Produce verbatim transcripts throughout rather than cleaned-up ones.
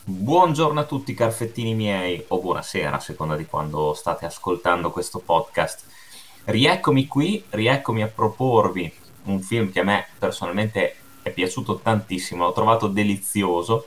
Buongiorno a tutti carfettini miei, o buonasera a seconda di quando state ascoltando questo podcast. Rieccomi qui, rieccomi a proporvi un film che a me personalmente è piaciuto tantissimo, l'ho trovato delizioso.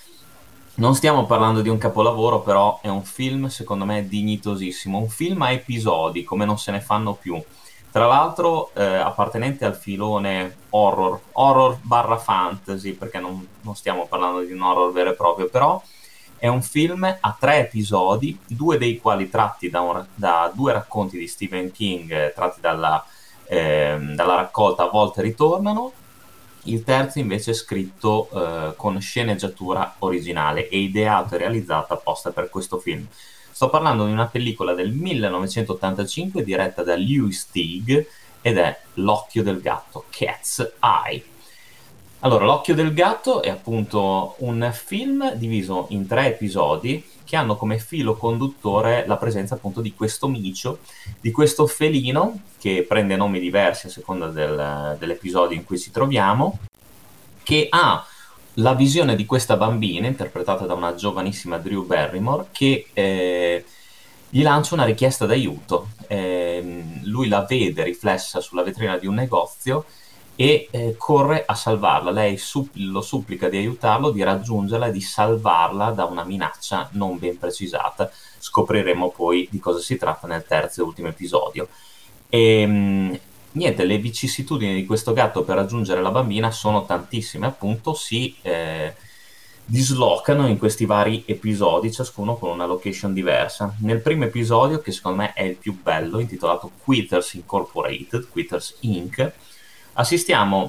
Non stiamo parlando di un capolavoro, però è un film secondo me dignitosissimo, un film a episodi come non se ne fanno più. Tra l'altro eh, appartenente al filone horror, horror barra fantasy, perché non, non stiamo parlando di un horror vero e proprio, però è un film a tre episodi, due dei quali tratti da, un- da due racconti di Stephen King, eh, tratti dalla, ehm, dalla raccolta A volte ritornano. Il terzo invece è scritto eh, con sceneggiatura originale e ideato e realizzato apposta per questo film. Sto parlando di una pellicola del millenovecentottantacinque diretta da Lewis Teague ed è L'occhio del gatto, Cat's Eye. Allora, L'occhio del gatto è appunto un film diviso in tre episodi che hanno come filo conduttore la presenza appunto di questo micio, di questo felino che prende nomi diversi a seconda del- dell'episodio in cui ci troviamo, che ha la visione di questa bambina, interpretata da una giovanissima Drew Barrymore, che eh, gli lancia una richiesta d'aiuto. Ehm, lui la vede riflessa sulla vetrina di un negozio e eh, corre a salvarla. Lei supp- lo supplica di aiutarlo, di raggiungerla e di salvarla da una minaccia non ben precisata. Scopriremo poi di cosa si tratta nel terzo e ultimo episodio. E, mh, niente, le vicissitudini di questo gatto per raggiungere la bambina sono tantissime, appunto, si eh, dislocano in questi vari episodi, ciascuno con una location diversa. Nel primo episodio, che secondo me è il più bello, intitolato Quitters Incorporated, Quitters inc, assistiamo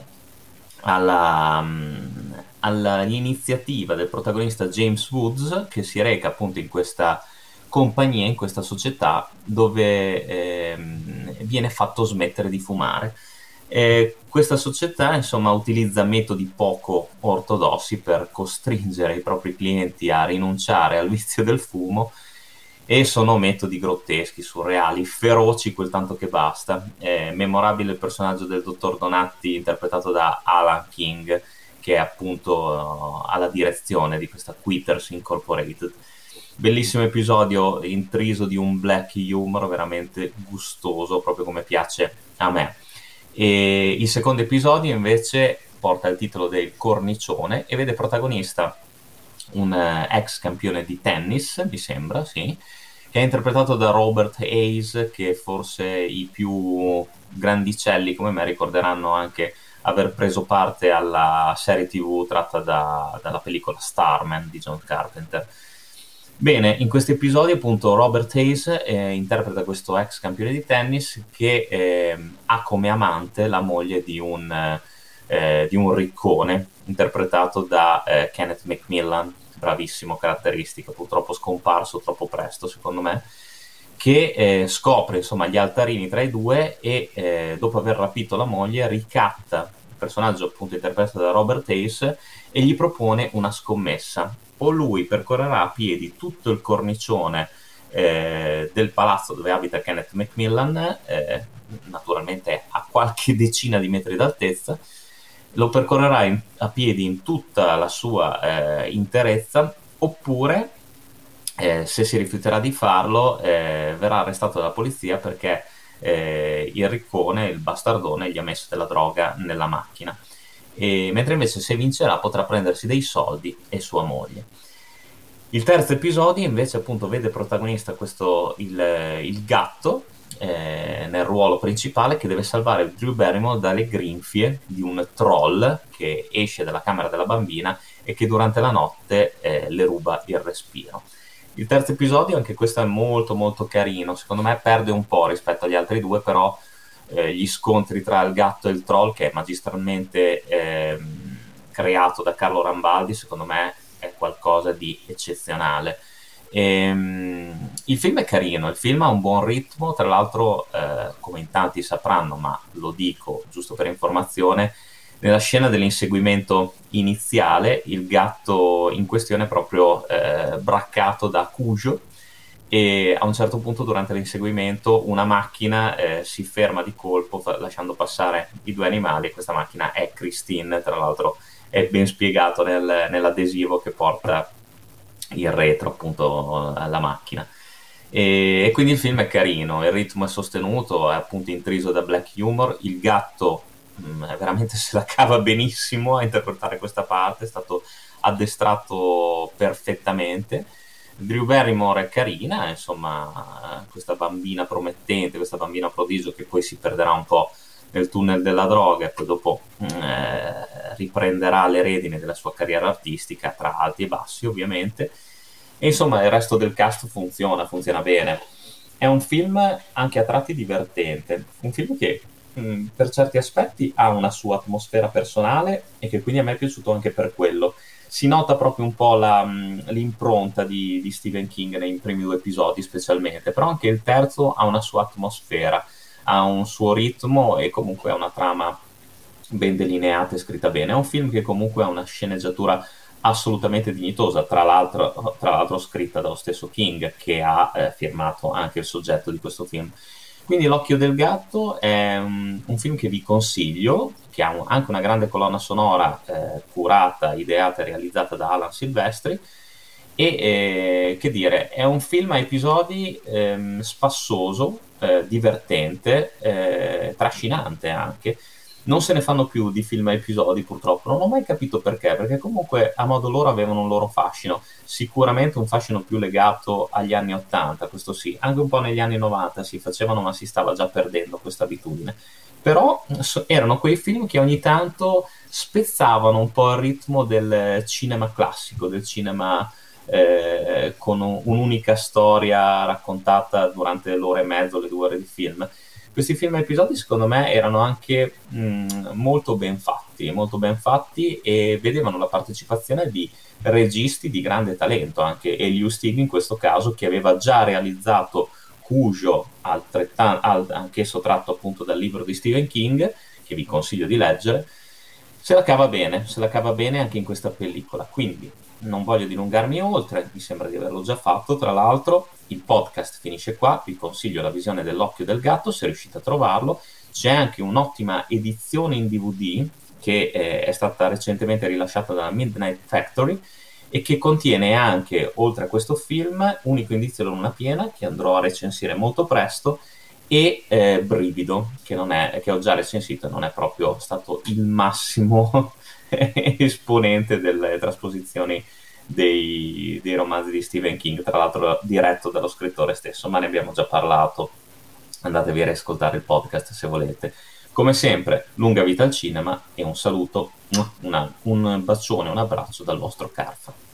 alla, mm, all'iniziativa del protagonista James Woods che si reca appunto in questa compagnia, in questa società dove ehm, viene fatto smettere di fumare. E questa società insomma utilizza metodi poco ortodossi per costringere i propri clienti a rinunciare al vizio del fumo e sono metodi grotteschi, surreali, feroci quel tanto che basta. È memorabile il personaggio del dottor Donatti interpretato da Alan King, che è appunto uh, alla direzione di questa Quitters Incorporated. Bellissimo episodio intriso di un black humor veramente gustoso, proprio come piace a me. E il secondo episodio invece porta il titolo del Cornicione e vede protagonista un eh, ex campione di tennis, mi sembra, sì, che è interpretato da Robert Hayes, che forse i più grandicelli come me ricorderanno anche aver preso parte alla serie tivù tratta da- dalla pellicola Starman di John Carpenter. Bene, in questo episodio appunto Robert Hayes eh, interpreta questo ex campione di tennis che eh, ha come amante la moglie di un, eh, di un riccone interpretato da eh, Kenneth Macmillan, bravissimo, caratteristico, purtroppo scomparso troppo presto secondo me, che eh, scopre insomma gli altarini tra i due e eh, dopo aver rapito la moglie ricatta il personaggio appunto interpretato da Robert Hayes e gli propone una scommessa: o lui percorrerà a piedi tutto il cornicione eh, del palazzo dove abita Kenneth Macmillan, eh, naturalmente a qualche decina di metri d'altezza, lo percorrerà in- a piedi in tutta la sua eh, interezza, oppure eh, se si rifiuterà di farlo eh, verrà arrestato dalla polizia perché eh, il riccone, il bastardone, gli ha messo della droga nella macchina. E, mentre invece se vincerà potrà prendersi dei soldi e sua moglie. Il terzo episodio invece appunto vede protagonista questo, il, il gatto eh, nel ruolo principale che deve salvare Drew Barrymore dalle grinfie di un troll che esce dalla camera della bambina e che durante la notte eh, le ruba il respiro. Il terzo episodio, anche questo è molto molto carino, secondo me perde un po' rispetto agli altri due, però eh, gli scontri tra il gatto e il troll, che è magistralmente ehm, creato da Carlo Rambaldi, secondo me è qualcosa di eccezionale. Ehm, il film è carino, il film ha un buon ritmo, tra l'altro, eh, come in tanti sapranno, ma lo dico giusto per informazione, nella scena dell'inseguimento iniziale il gatto in questione è proprio eh, braccato da Cujo e a un certo punto durante l'inseguimento una macchina eh, si ferma di colpo fa- lasciando passare i due animali. Questa macchina è Christine, tra l'altro è ben spiegato nel- nell'adesivo che porta il retro appunto alla macchina. E, e quindi il film è carino, il ritmo è sostenuto, è appunto intriso da black humor, il gatto mh, veramente se la cava benissimo a interpretare questa parte, è stato addestrato perfettamente. Drew Barrymore è carina, insomma, questa bambina promettente, questa bambina prodigio che poi si perderà un po' nel tunnel della droga e poi dopo eh, riprenderà le redini della sua carriera artistica tra alti e bassi ovviamente. E insomma il resto del cast funziona, funziona bene. È un film anche a tratti divertente, un film che mh, per certi aspetti ha una sua atmosfera personale e che quindi a me è piaciuto anche per quello. Si nota proprio un po' la, mh, l'impronta di, di Stephen King nei primi due episodi specialmente, però anche il terzo ha una sua atmosfera, ha un suo ritmo e comunque ha una trama ben delineata e scritta bene. È un film che comunque ha una sceneggiatura assolutamente dignitosa, tra l'altro, tra l'altro scritta dallo stesso King, che ha eh, firmato anche il soggetto di questo film. Quindi L'Occhio del Gatto è um, un film che vi consiglio, che ha un, anche una grande colonna sonora eh, curata, ideata e realizzata da Alan Silvestri, e eh, che dire, è un film a episodi ehm, spassoso, eh, divertente, eh, trascinante anche. Non se ne fanno più di film a episodi purtroppo, non ho mai capito perché, perché comunque a modo loro avevano un loro fascino, sicuramente un fascino più legato agli anni ottanta, questo sì, anche un po' negli anni novanta si facevano ma si stava già perdendo questa abitudine. Però so- erano quei film che ogni tanto spezzavano un po' il ritmo del cinema classico, del cinema eh, con un- un'unica storia raccontata durante l'ora e mezzo, le due ore di film. Questi film a episodi secondo me erano anche mh, molto ben fatti, molto ben fatti e vedevano la partecipazione di registi di grande talento, anche Eliu Stig in questo caso che aveva già realizzato Cujo, altrettan- al- anch'esso tratto appunto dal libro di Stephen King, che vi consiglio di leggere, se la cava bene, se la cava bene anche in questa pellicola. Quindi non voglio dilungarmi oltre, mi sembra di averlo già fatto. Tra l'altro, il podcast finisce qua. Vi consiglio la visione dell'Occhio del Gatto se riuscite a trovarlo. C'è anche un'ottima edizione in D V D che eh, è stata recentemente rilasciata dalla Midnight Factory e che contiene anche, oltre a questo film, Unico indizio della luna piena, che andrò a recensire molto presto, e eh, Brivido, che, non è, che ho già recensito e non è proprio stato il massimo esponente delle trasposizioni dei, dei romanzi di Stephen King, tra l'altro diretto dallo scrittore stesso, ma ne abbiamo già parlato. Andatevi a riascoltare il podcast se volete. Come sempre, lunga vita al cinema e un saluto, una, un bacione, un abbraccio dal vostro Carfa.